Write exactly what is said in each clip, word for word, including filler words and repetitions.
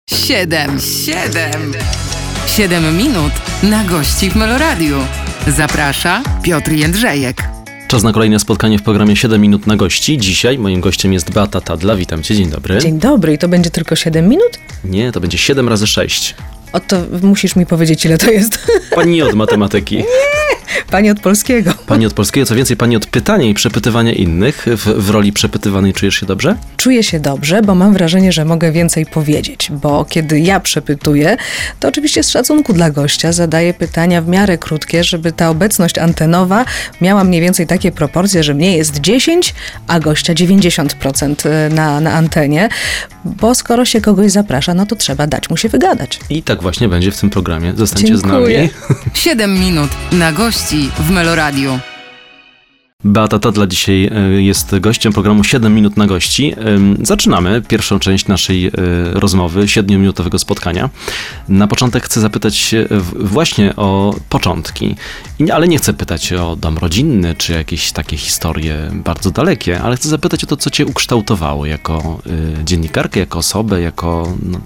Siedem, siedem, siedem minut na gości w Meloradiu. Zaprasza Piotr Jędrzejek. Czas na kolejne spotkanie w programie siedem minut na gości. Dzisiaj moim gościem jest Beata Tadla. Witam cię, dzień dobry. Dzień dobry. I to będzie tylko siedem minut? Nie, to będzie siedem razy sześć. O, to musisz mi powiedzieć, ile to jest. Pani od matematyki. Nie, pani od polskiego. Pani od polskiego, co więcej, pani od pytania i przepytywania innych. W, w roli przepytywanej czujesz się dobrze? Czuję się dobrze, bo mam wrażenie, że mogę więcej powiedzieć, bo kiedy ja przepytuję, to oczywiście z szacunku dla gościa zadaję pytania w miarę krótkie, żeby ta obecność antenowa miała mniej więcej takie proporcje, że mnie jest dziesięć, a gościa dziewięćdziesiąt procent na, na antenie, bo skoro się kogoś zaprasza, no to trzeba dać mu się wygadać. I tak właśnie będzie w tym programie. Zostańcie Dziękuję. z nami. siedem minut na gości w Meloradiu. Beata Tadla dzisiaj jest gościem programu siedem minut na gości. Zaczynamy pierwszą część naszej rozmowy, siedmiominutowego spotkania. Na początek chcę zapytać właśnie o początki. Ale nie chcę pytać o dom rodzinny, czy jakieś takie historie bardzo dalekie, ale chcę zapytać o to, co cię ukształtowało jako dziennikarkę, jako osobę, jako... No,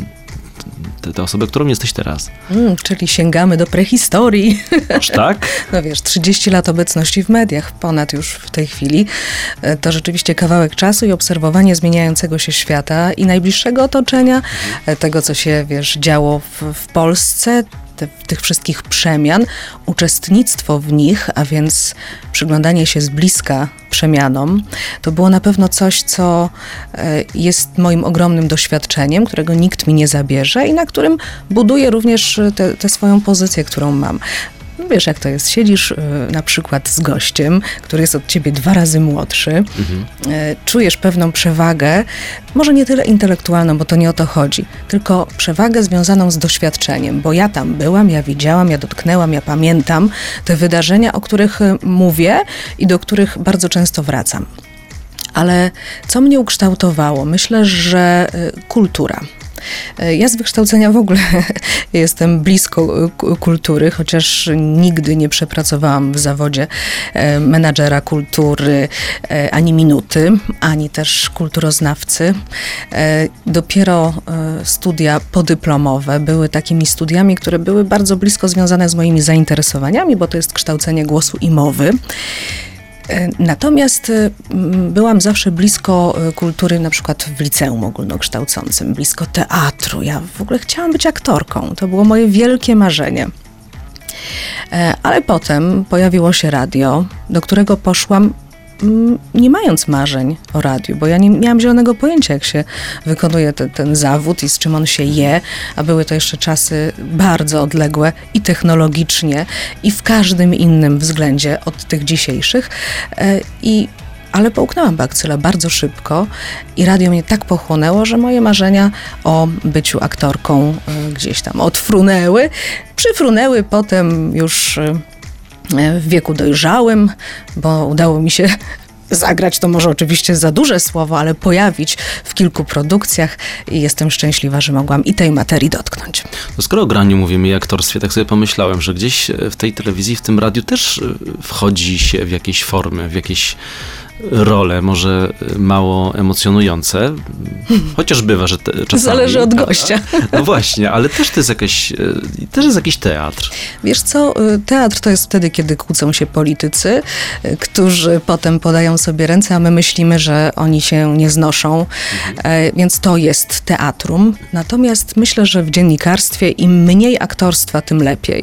tę osobę, którą jesteś teraz. Mm, czyli sięgamy do prehistorii. Aż tak? No wiesz, trzydzieści lat obecności w mediach, ponad już w tej chwili. To rzeczywiście kawałek czasu i obserwowanie zmieniającego się świata i najbliższego otoczenia, tego, co się, wiesz, działo w, w Polsce, te, tych wszystkich przemian, uczestnictwo w nich, a więc przyglądanie się z bliska przemianom, to było na pewno coś, co jest moim ogromnym doświadczeniem, którego nikt mi nie zabierze i na którym buduję również tę swoją pozycję, którą mam. Wiesz, jak to jest. Siedzisz y, na przykład z gościem, który jest od ciebie dwa razy młodszy, mhm. y, czujesz pewną przewagę, może nie tyle intelektualną, bo to nie o to chodzi, tylko przewagę związaną z doświadczeniem, bo ja tam byłam, ja widziałam, ja dotknęłam, ja pamiętam te wydarzenia, o których y, mówię i do których bardzo często wracam. Ale co mnie ukształtowało? Myślę, że y, kultura. Ja z wykształcenia w ogóle jestem blisko kultury, chociaż nigdy nie przepracowałam w zawodzie menadżera kultury ani minuty, ani też kulturoznawcy. Dopiero studia podyplomowe były takimi studiami, które były bardzo blisko związane z moimi zainteresowaniami, bo to jest kształcenie głosu i mowy. Natomiast byłam zawsze blisko kultury, na przykład w liceum ogólnokształcącym, blisko teatru. Ja w ogóle chciałam być aktorką. To było moje wielkie marzenie. Ale potem pojawiło się radio, do którego poszłam nie mając marzeń o radiu, bo ja nie miałam zielonego pojęcia, jak się wykonuje te, ten zawód i z czym on się je, a były to jeszcze czasy bardzo odległe i technologicznie, i w każdym innym względzie od tych dzisiejszych. I ale połknęłam bakcylę bardzo szybko i radio mnie tak pochłonęło, że moje marzenia o byciu aktorką gdzieś tam odfrunęły. Przyfrunęły potem już w wieku dojrzałym, bo udało mi się zagrać, to może oczywiście za duże słowo, ale pojawić w kilku produkcjach i jestem szczęśliwa, że mogłam i tej materii dotknąć. To skoro o graniu mówimy i aktorstwie, tak sobie pomyślałem, że gdzieś w tej telewizji, w tym radiu też wchodzi się w jakieś formy, w jakieś role, może mało emocjonujące, chociaż bywa, że te, czasami... Zależy od gościa. No właśnie, ale też to jest jakaś, też jest jakiś teatr. Wiesz co, teatr to jest wtedy, kiedy kłócą się politycy, którzy potem podają sobie ręce, a my myślimy, że oni się nie znoszą, mhm. więc to jest teatrum. Natomiast myślę, że w dziennikarstwie im mniej aktorstwa, tym lepiej,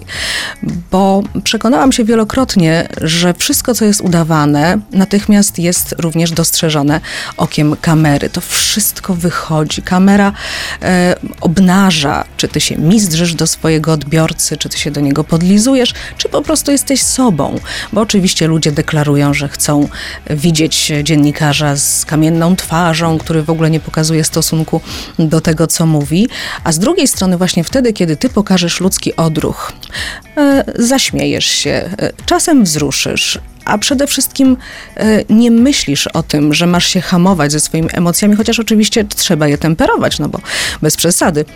bo przekonałam się wielokrotnie, że wszystko, co jest udawane, natychmiast jest również dostrzeżone okiem kamery. To wszystko wychodzi. Kamera e, obnaża, czy ty się mizdrzysz do swojego odbiorcy, czy ty się do niego podlizujesz, czy po prostu jesteś sobą. Bo oczywiście ludzie deklarują, że chcą widzieć dziennikarza z kamienną twarzą, który w ogóle nie pokazuje stosunku do tego, co mówi. A z drugiej strony właśnie wtedy, kiedy ty pokażesz ludzki odruch, e, zaśmiejesz się, e, czasem wzruszysz, a przede wszystkim e, nie myślisz o tym, że masz się hamować ze swoimi emocjami, chociaż oczywiście trzeba je temperować, no bo bez przesady.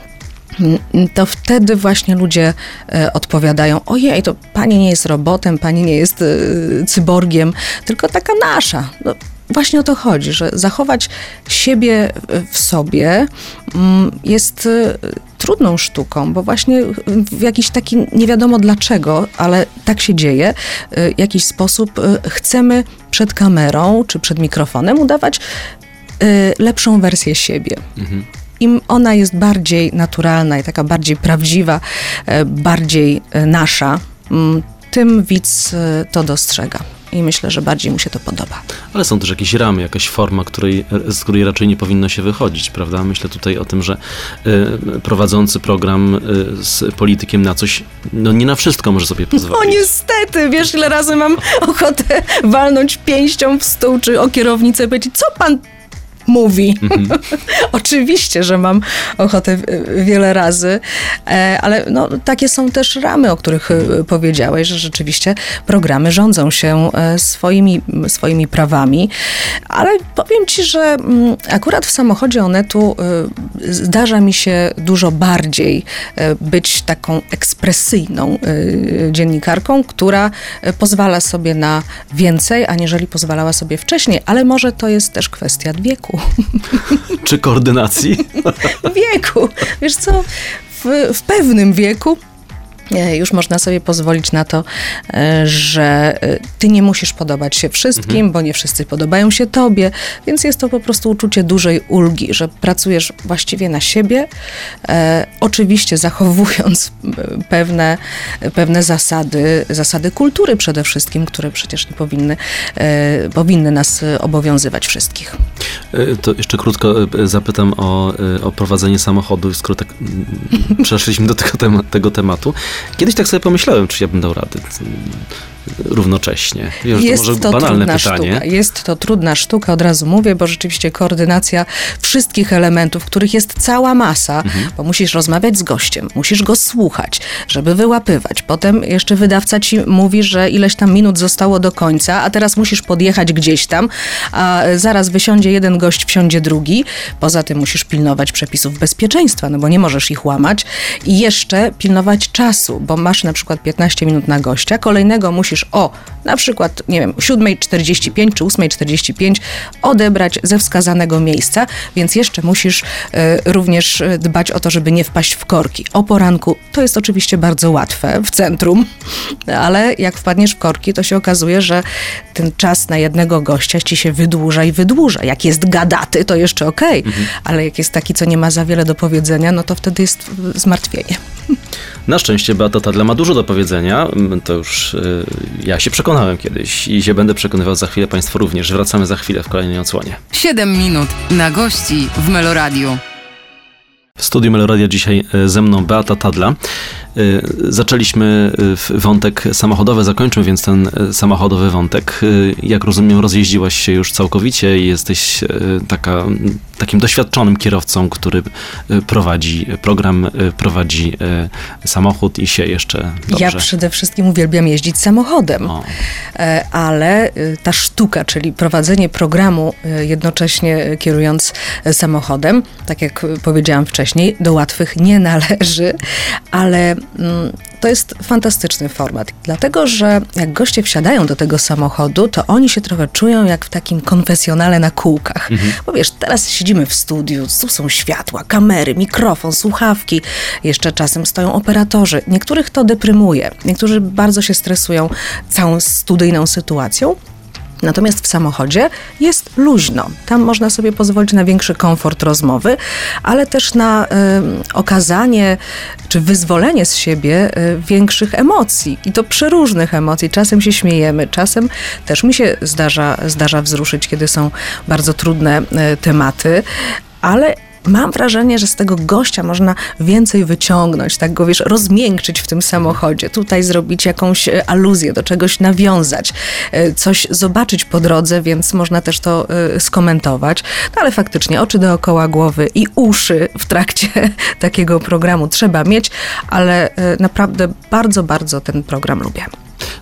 To wtedy właśnie ludzie e, odpowiadają: ojej, to pani nie jest robotem, pani nie jest e, cyborgiem, tylko taka nasza. No, właśnie o to chodzi, że zachować siebie w sobie jest trudną sztuką, bo właśnie w jakiś taki, nie wiadomo dlaczego, ale tak się dzieje, w jakiś sposób chcemy przed kamerą czy przed mikrofonem udawać lepszą wersję siebie. Mhm. Im ona jest bardziej naturalna i taka bardziej prawdziwa, bardziej nasza, tym widz to dostrzega. I myślę, że bardziej mu się to podoba. Ale są też jakieś ramy, jakaś forma, której, z której raczej nie powinno się wychodzić, prawda? Myślę tutaj o tym, że y, prowadzący program y, z politykiem na coś, no nie na wszystko może sobie pozwolić. No niestety, wiesz, ile razy mam ochotę walnąć pięścią w stół, czy o kierownicę i powiedzieć, co pan mówi. Mm-hmm. Oczywiście, że mam ochotę wiele razy, ale no, takie są też ramy, o których powiedziałeś, że rzeczywiście programy rządzą się swoimi, swoimi prawami, ale powiem ci, że akurat w samochodzie Onetu zdarza mi się dużo bardziej być taką ekspresyjną dziennikarką, która pozwala sobie na więcej, aniżeli pozwalała sobie wcześniej, ale może to jest też kwestia wieku. Czy koordynacji? Wieku. Wiesz co, w, w pewnym wieku już można sobie pozwolić na to, że ty nie musisz podobać się wszystkim, mhm. bo nie wszyscy podobają się tobie, więc jest to po prostu uczucie dużej ulgi, że pracujesz właściwie na siebie, e, oczywiście zachowując pewne, pewne zasady, zasady kultury przede wszystkim, które przecież nie powinny, e, powinny nas obowiązywać wszystkich. To jeszcze krótko zapytam o, o prowadzenie samochodu, skoro tak przeszliśmy do tego, tema, tego tematu. Kiedyś tak sobie pomyślałem, czy ja bym dał radę równocześnie. Wiem, jest to może to banalne trudna pytanie. Sztuka. Jest to trudna sztuka, od razu mówię, bo rzeczywiście koordynacja wszystkich elementów, których jest cała masa, mhm. bo musisz rozmawiać z gościem, musisz go słuchać, żeby wyłapywać. Potem jeszcze wydawca ci mówi, że ileś tam minut zostało do końca, a teraz musisz podjechać gdzieś tam, a zaraz wysiądzie jeden gość, wsiądzie drugi. Poza tym musisz pilnować przepisów bezpieczeństwa, no bo nie możesz ich łamać. I jeszcze pilnować czasu, bo masz na przykład piętnaście minut na gościa, kolejnego musisz o, na przykład, nie wiem, siódma czterdzieści pięć czy ósma czterdzieści pięć odebrać ze wskazanego miejsca, więc jeszcze musisz y, również dbać o to, żeby nie wpaść w korki. O poranku to jest oczywiście bardzo łatwe w centrum, ale jak wpadniesz w korki, to się okazuje, że ten czas na jednego gościa ci się wydłuża i wydłuża. Jak jest gadaty, to jeszcze okej, okay, mhm. ale jak jest taki, co nie ma za wiele do powiedzenia, no to wtedy jest zmartwienie. Na szczęście Beata Tadla ma dużo do powiedzenia, to już y, ja się przekonałem kiedyś i się będę przekonywał za chwilę, Państwo również. Wracamy za chwilę w kolejnej odsłonie. siedem minut na gości w Meloradiu. W studiu Meloradia dzisiaj ze mną Beata Tadla. Zaczęliśmy wątek samochodowy, zakończymy więc ten samochodowy wątek. Jak rozumiem, rozjeździłaś się już całkowicie i jesteś taka, takim doświadczonym kierowcą, który prowadzi program, prowadzi samochód i się jeszcze dobrze. Ja przede wszystkim uwielbiam jeździć samochodem, o. ale ta sztuka, czyli prowadzenie programu jednocześnie kierując samochodem, tak jak powiedziałam wcześniej, do łatwych nie należy, ale to jest fantastyczny format, dlatego że jak goście wsiadają do tego samochodu, to oni się trochę czują jak w takim konfesjonale na kółkach. Mhm. Bo wiesz, teraz siedzimy w studiu, tu są światła, kamery, mikrofon, słuchawki, jeszcze czasem stoją operatorzy. Niektórych to deprymuje, niektórzy bardzo się stresują całą studyjną sytuacją. Natomiast w samochodzie jest luźno. Tam można sobie pozwolić na większy komfort rozmowy, ale też na y, okazanie czy wyzwolenie z siebie y, większych emocji. I to przeróżnych emocji. Czasem się śmiejemy, czasem też mi się zdarza, zdarza wzruszyć, kiedy są bardzo trudne y, tematy, ale mam wrażenie, że z tego gościa można więcej wyciągnąć, tak go, wiesz, rozmiękczyć w tym samochodzie, tutaj zrobić jakąś aluzję, do czegoś nawiązać, coś zobaczyć po drodze, więc można też to y, skomentować. No ale faktycznie oczy dookoła głowy i uszy w trakcie takiego programu trzeba mieć, ale y, naprawdę bardzo, bardzo ten program lubię.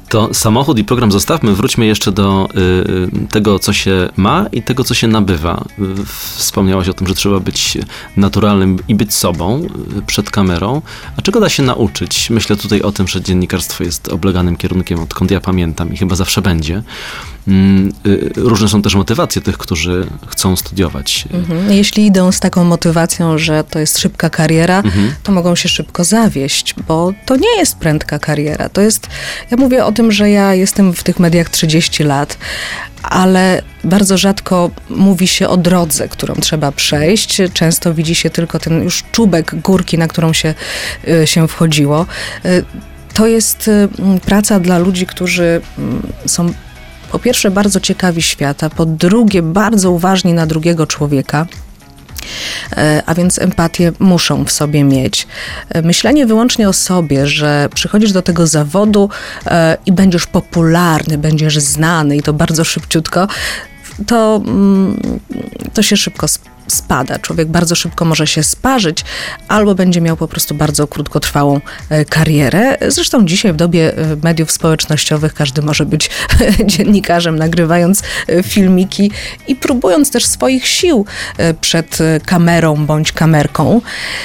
To samochód i program zostawmy, wróćmy jeszcze do y, tego, co się ma i tego, co się nabywa. Y, wspomniałaś o tym, że trzeba być naturalnym i być sobą y, przed kamerą. A czego da się nauczyć? Myślę tutaj o tym, że dziennikarstwo jest obleganym kierunkiem, odkąd ja pamiętam i chyba zawsze będzie. Y, y, różne są też motywacje tych, którzy chcą studiować. Mhm. Jeśli idą z taką motywacją, że to jest szybka kariera, mhm. to mogą się szybko zawieść, bo to nie jest prędka kariera. To jest, ja mówię o tym, że ja jestem w tych mediach trzydzieści lat, ale bardzo rzadko mówi się o drodze, którą trzeba przejść. Często widzi się tylko ten już czubek górki, na którą się, się wchodziło. To jest praca dla ludzi, którzy są po pierwsze bardzo ciekawi świata, po drugie bardzo uważni na drugiego człowieka, a więc empatię muszą w sobie mieć. Myślenie wyłącznie o sobie, że przychodzisz do tego zawodu i będziesz popularny, będziesz znany i to bardzo szybciutko, to, to się szybko spada. Człowiek bardzo szybko może się sparzyć, albo będzie miał po prostu bardzo krótkotrwałą karierę. Zresztą dzisiaj w dobie mediów społecznościowych każdy może być dziennikarzem, nagrywając filmiki i próbując też swoich sił przed kamerą bądź kamerką.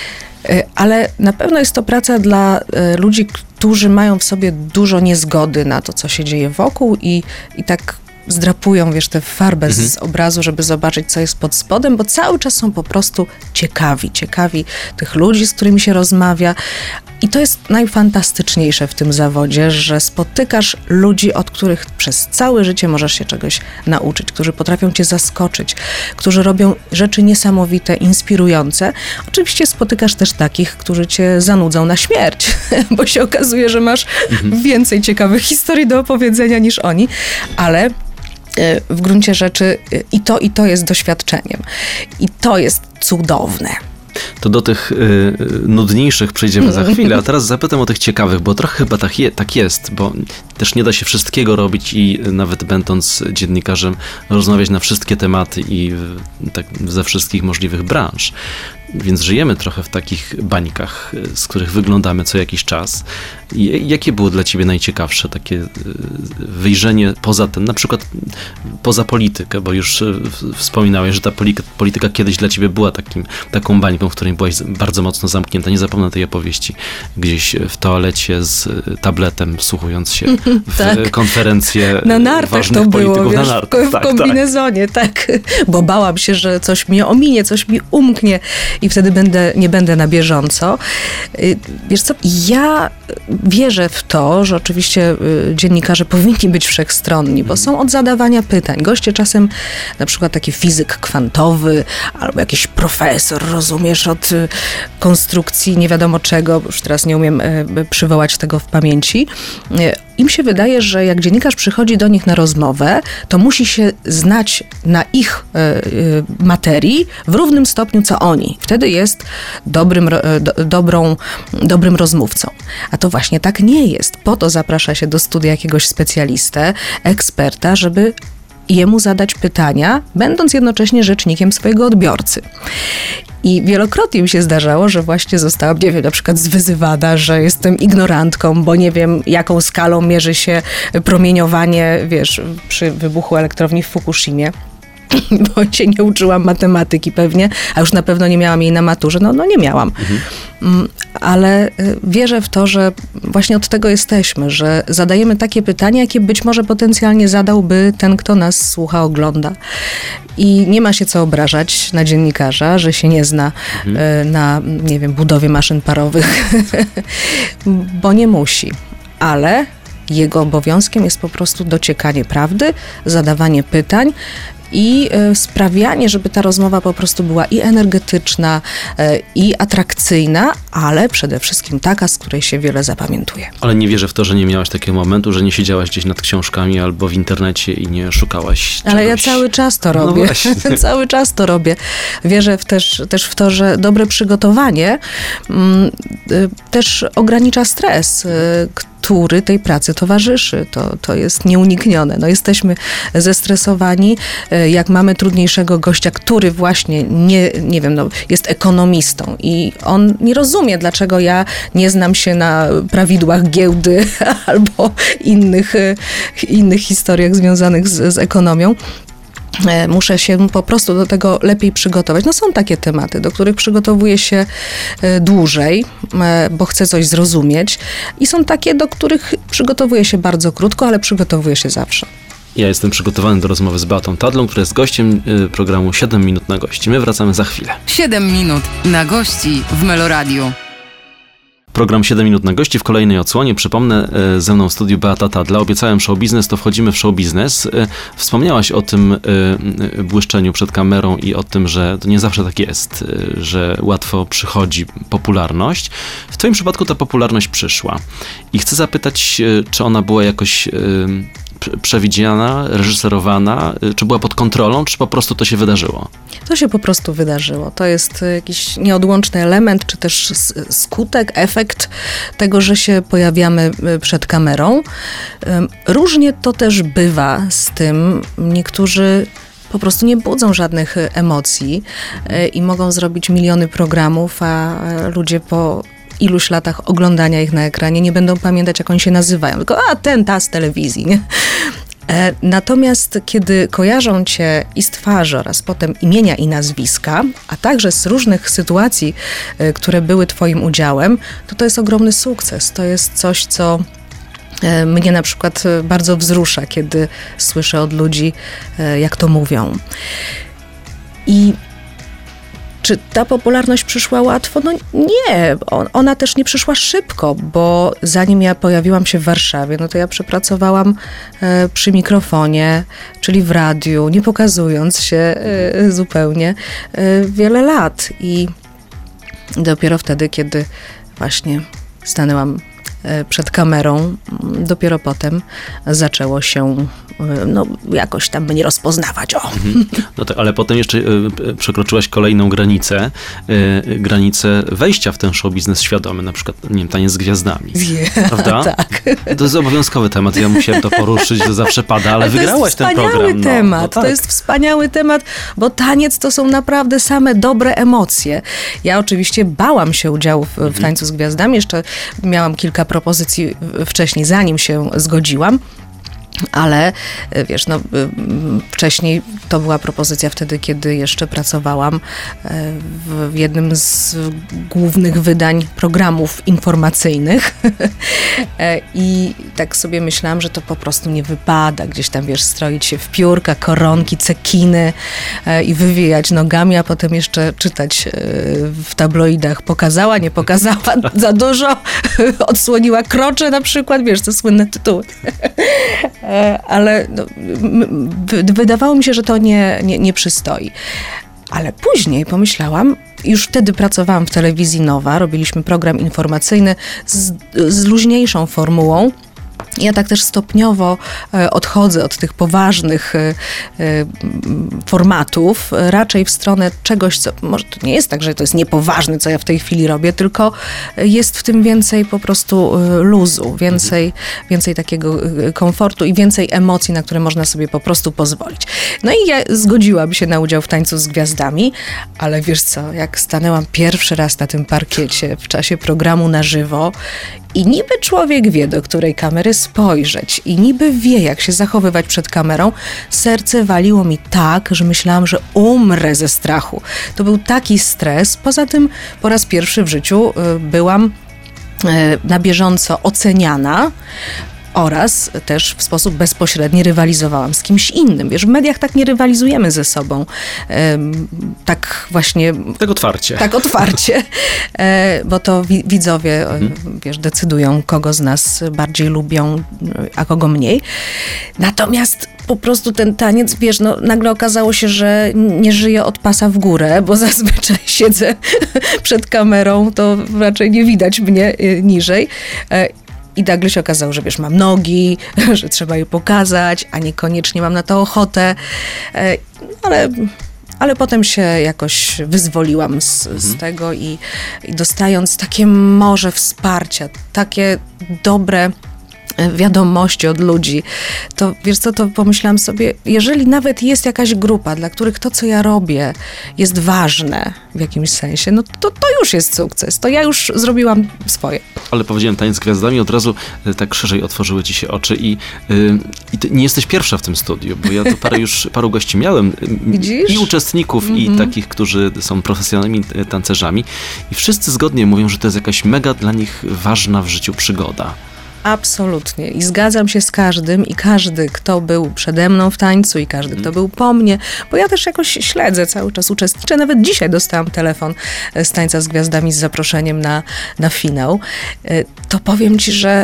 Ale na pewno jest to praca dla ludzi, którzy mają w sobie dużo niezgody na to, co się dzieje wokół i, i tak zdrapują, wiesz, tę farbę mhm. z obrazu, żeby zobaczyć, co jest pod spodem, bo cały czas są po prostu ciekawi, ciekawi tych ludzi, z którymi się rozmawia. I to jest najfantastyczniejsze w tym zawodzie, że spotykasz ludzi, od których przez całe życie możesz się czegoś nauczyć, którzy potrafią cię zaskoczyć, którzy robią rzeczy niesamowite, inspirujące. Oczywiście spotykasz też takich, którzy cię zanudzą na śmierć, bo się okazuje, że masz mhm. więcej ciekawych historii do opowiedzenia niż oni, ale w gruncie rzeczy i to, i to jest doświadczeniem. I to jest cudowne. To do tych y, nudniejszych przejdziemy za chwilę, a teraz zapytam o tych ciekawych, bo trochę chyba tak, je, tak jest, bo też nie da się wszystkiego robić i nawet będąc dziennikarzem rozmawiać na wszystkie tematy i tak, ze wszystkich możliwych branż. Więc żyjemy trochę w takich bańkach, z których wyglądamy co jakiś czas. I jakie było dla ciebie najciekawsze takie wyjrzenie poza ten, na przykład poza politykę, bo już wspominałeś, że ta polityka kiedyś dla ciebie była takim, taką bańką, w której byłaś bardzo mocno zamknięta. Nie zapomnę tej opowieści. Gdzieś w toalecie z tabletem, wsłuchując się w tak. konferencję na nartach ważnych to było, polityków. wiesz, na nartach, w tak, kombinezonie, tak. tak. Bo bałam się, że coś mnie ominie, coś mi umknie i wtedy będę, nie będę na bieżąco. Wiesz co, ja wierzę w to, że oczywiście dziennikarze powinni być wszechstronni, bo są od zadawania pytań. Goście czasem, na przykład taki fizyk kwantowy, albo jakiś profesor, rozumiesz, od konstrukcji nie wiadomo czego, już teraz nie umiem przywołać tego w pamięci. Im się wydaje, że jak dziennikarz przychodzi do nich na rozmowę, to musi się znać na ich materii w równym stopniu, co oni. Wtedy jest dobrym, do, dobrą, dobrym rozmówcą. A to właśnie tak nie jest. Po to zaprasza się do studia jakiegoś specjalistę, eksperta, żeby jemu zadać pytania, będąc jednocześnie rzecznikiem swojego odbiorcy. I wielokrotnie mi się zdarzało, że właśnie zostałam, nie wiem, na przykład zwyzywana, że jestem ignorantką, bo nie wiem, jaką skalą mierzy się promieniowanie, wiesz, przy wybuchu elektrowni w Fukushimie. Bo się nie uczyłam matematyki pewnie, a już na pewno nie miałam jej na maturze. No, no nie miałam. Mhm. Ale wierzę w to, że właśnie od tego jesteśmy, że zadajemy takie pytania, jakie być może potencjalnie zadałby ten, kto nas słucha, ogląda. I nie ma się co obrażać na dziennikarza, że się nie zna mhm. na, nie wiem, budowie maszyn parowych, bo nie musi. Ale jego obowiązkiem jest po prostu dociekanie prawdy, zadawanie pytań i sprawianie, żeby ta rozmowa po prostu była i energetyczna, i atrakcyjna, ale przede wszystkim taka, z której się wiele zapamiętuje. Ale nie wierzę w to, że nie miałaś takiego momentu, że nie siedziałaś gdzieś nad książkami albo w internecie i nie szukałaś czegoś. Ale ja cały czas to robię. No cały czas to robię. Wierzę w też, też w to, że dobre przygotowanie mm, też ogranicza stres, który tej pracy towarzyszy. To, to jest nieuniknione. No, jesteśmy zestresowani, jak mamy trudniejszego gościa, który właśnie nie, nie wiem, no, jest ekonomistą i on nie rozumie, dlaczego ja nie znam się na prawidłach giełdy albo innych, innych historiach związanych z, z ekonomią. Muszę się po prostu do tego lepiej przygotować. No są takie tematy, do których przygotowuję się dłużej, bo chcę coś zrozumieć i są takie, do których przygotowuję się bardzo krótko, ale przygotowuję się zawsze. Ja jestem przygotowany do rozmowy z Beatą Tadlą, która jest gościem programu siedem minut na gości. My wracamy za chwilę. siedem minut na gości w Meloradiu. Program siedem minut na gości w kolejnej odsłonie. Przypomnę, ze mną w studiu Beata Tadla. Obiecałem show biznes, to wchodzimy w show biznes. Wspomniałaś o tym błyszczeniu przed kamerą i o tym, że to nie zawsze tak jest, że łatwo przychodzi popularność. W twoim przypadku ta popularność przyszła. I chcę zapytać, czy ona była jakoś przewidziana, reżyserowana, czy była pod kontrolą, czy po prostu to się wydarzyło? To się po prostu wydarzyło. To jest jakiś nieodłączny element, czy też skutek, efekt tego, że się pojawiamy przed kamerą. Różnie to też bywa z tym. Niektórzy po prostu nie budzą żadnych emocji i mogą zrobić miliony programów, a ludzie po iluś latach oglądania ich na ekranie nie będą pamiętać, jak oni się nazywają. Tylko, a ten, ta z telewizji, nie? E, natomiast kiedy kojarzą cię i z twarzy oraz potem imienia i nazwiska, a także z różnych sytuacji, e, które były twoim udziałem, to to jest ogromny sukces. To jest coś, co e, mnie na przykład bardzo wzrusza, kiedy słyszę od ludzi, e, jak to mówią. I czy ta popularność przyszła łatwo? No nie, ona też nie przyszła szybko, bo zanim ja pojawiłam się w Warszawie, no to ja przepracowałam przy mikrofonie, czyli w radiu, nie pokazując się zupełnie wiele lat. I dopiero wtedy, kiedy właśnie stanęłam przed kamerą, dopiero potem zaczęło się no, jakoś tam mnie rozpoznawać. O. Mhm. No tak, ale potem jeszcze y, przekroczyłaś kolejną granicę, y, granicę wejścia w ten show biznes świadomy, na przykład, nie wiem, taniec z gwiazdami. Yeah, prawda? Tak. To jest obowiązkowy temat, ja musiałem to poruszyć, to zawsze pada, ale, ale wygrałaś ten program. To jest wspaniały temat, no, no tak. To jest wspaniały temat, bo taniec to są naprawdę same dobre emocje. Ja oczywiście bałam się udziału w, w tańcu z gwiazdami, jeszcze miałam kilka propozycji wcześniej, zanim się zgodziłam. Ale wiesz, no wcześniej to była propozycja wtedy, kiedy jeszcze pracowałam w jednym z głównych wydań programów informacyjnych i tak sobie myślałam, że to po prostu nie wypada gdzieś tam, wiesz, stroić się w piórka, koronki, cekiny i wywijać nogami, a potem jeszcze czytać w tabloidach pokazała, nie pokazała za dużo, odsłoniła krocze na przykład, wiesz, to słynne tytuły. Ale no, wydawało mi się, że to nie, nie, nie przystoi. Ale później pomyślałam, już wtedy pracowałam w telewizji Nowa, robiliśmy program informacyjny z, z luźniejszą formułą. Ja tak też stopniowo odchodzę od tych poważnych formatów, raczej w stronę czegoś, co może to nie jest tak, że to jest niepoważne, co ja w tej chwili robię, tylko jest w tym więcej po prostu luzu, więcej, mhm. więcej takiego komfortu i więcej emocji, na które można sobie po prostu pozwolić. No i ja zgodziłam się na udział w Tańcu z Gwiazdami, ale wiesz co, jak stanęłam pierwszy raz na tym parkiecie w czasie programu na żywo i niby człowiek wie, do której kamery spojrzeć i niby wie, jak się zachowywać przed kamerą, serce waliło mi tak, że myślałam, że umrę ze strachu. To był taki stres. Poza tym po raz pierwszy w życiu byłam na bieżąco oceniana, oraz też w sposób bezpośredni rywalizowałam z kimś innym. Wiesz, w mediach tak nie rywalizujemy ze sobą. Ehm, tak właśnie... Tak otwarcie. Tak otwarcie, e, bo to wi- widzowie, mhm. wiesz, decydują, kogo z nas bardziej lubią, a kogo mniej. Natomiast po prostu ten taniec, wiesz, no nagle okazało się, że nie żyję od pasa w górę, bo zazwyczaj siedzę przed kamerą, to raczej nie widać mnie niżej. E, I nagle się okazało, że wiesz, mam nogi, że trzeba je pokazać, a niekoniecznie mam na to ochotę, ale, ale potem się jakoś wyzwoliłam z, mhm. z tego i, i dostając takie morze wsparcia, takie dobre wiadomości od ludzi, to wiesz co, to pomyślałam sobie, jeżeli nawet jest jakaś grupa, dla których to, co ja robię, jest ważne w jakimś sensie, no to to już jest sukces, to ja już zrobiłam swoje. Ale powiedziałem Taniec z Gwiazdami, od razu tak szerzej otworzyły ci się oczy i, yy, i ty nie jesteś pierwsza w tym studiu, bo ja tu parę już, paru gości miałem. Widzisz? I uczestników, mm-hmm. i takich, którzy są profesjonalnymi tancerzami i wszyscy zgodnie mówią, że to jest jakaś mega dla nich ważna w życiu przygoda. Absolutnie. I zgadzam się z każdym i każdy, kto był przede mną w tańcu i każdy, kto był po mnie, bo ja też jakoś śledzę, cały czas uczestniczę. Nawet dzisiaj dostałam telefon z Tańca z Gwiazdami z zaproszeniem na, na finał. To powiem ci, że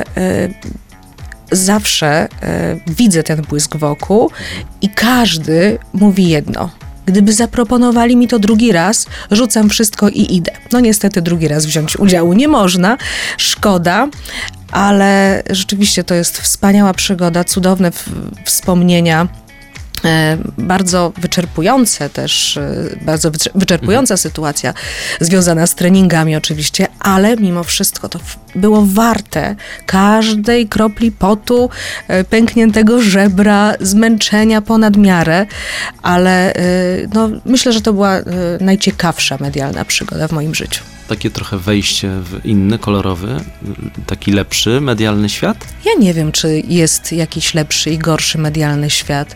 zawsze widzę ten błysk wokół i każdy mówi jedno. Gdyby zaproponowali mi to drugi raz, rzucam wszystko i idę. No niestety drugi raz wziąć udziału nie można, szkoda, ale rzeczywiście to jest wspaniała przygoda, cudowne w- wspomnienia, e, bardzo wyczerpujące też, e, bardzo wyczer- wyczerpująca mhm. sytuacja związana z treningami oczywiście, ale mimo wszystko to w- było warte każdej kropli potu, e, pękniętego żebra, zmęczenia ponad miarę, ale e, no, myślę, że to była e, najciekawsza medialna przygoda w moim życiu. Takie trochę wejście w inny, kolorowy, taki lepszy medialny świat? Ja nie wiem, czy jest jakiś lepszy i gorszy medialny świat.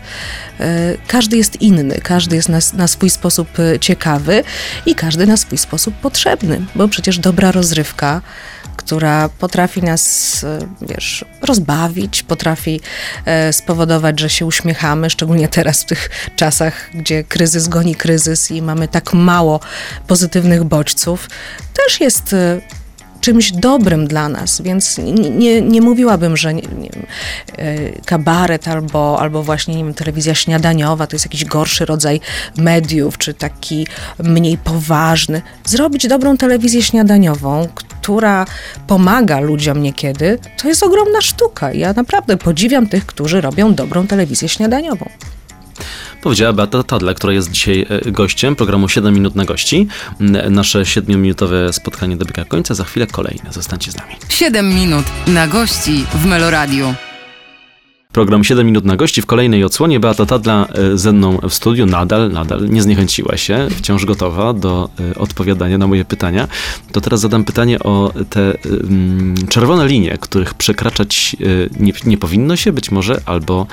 Każdy jest inny, każdy jest na, na swój sposób ciekawy i każdy na swój sposób potrzebny, bo przecież dobra rozrywka, która potrafi nas, wiesz, rozbawić, potrafi spowodować, że się uśmiechamy, szczególnie teraz w tych czasach, gdzie kryzys goni kryzys i mamy tak mało pozytywnych bodźców, też jest czymś dobrym dla nas, więc nie, nie, nie mówiłabym, że nie, nie wiem, kabaret albo, albo właśnie nie wiem, telewizja śniadaniowa to jest jakiś gorszy rodzaj mediów, czy taki mniej poważny. Zrobić dobrą telewizję śniadaniową, która pomaga ludziom niekiedy, to jest ogromna sztuka. Ja naprawdę podziwiam tych, którzy robią dobrą telewizję śniadaniową. Powiedziała Beata Tadle, która jest dzisiaj gościem programu siedem minut na gości. Nasze siedmiominutowe spotkanie dobiega końca, za chwilę kolejne. Zostańcie z nami. siedem minut na gości w Meloradiu. Program siedem minut na gości w kolejnej odsłonie. Beata Tadla ze mną w studiu nadal, nadal nie zniechęciła się, wciąż gotowa do odpowiadania na moje pytania. To teraz zadam pytanie o te um, czerwone linie, których przekraczać nie, nie powinno się być może, albo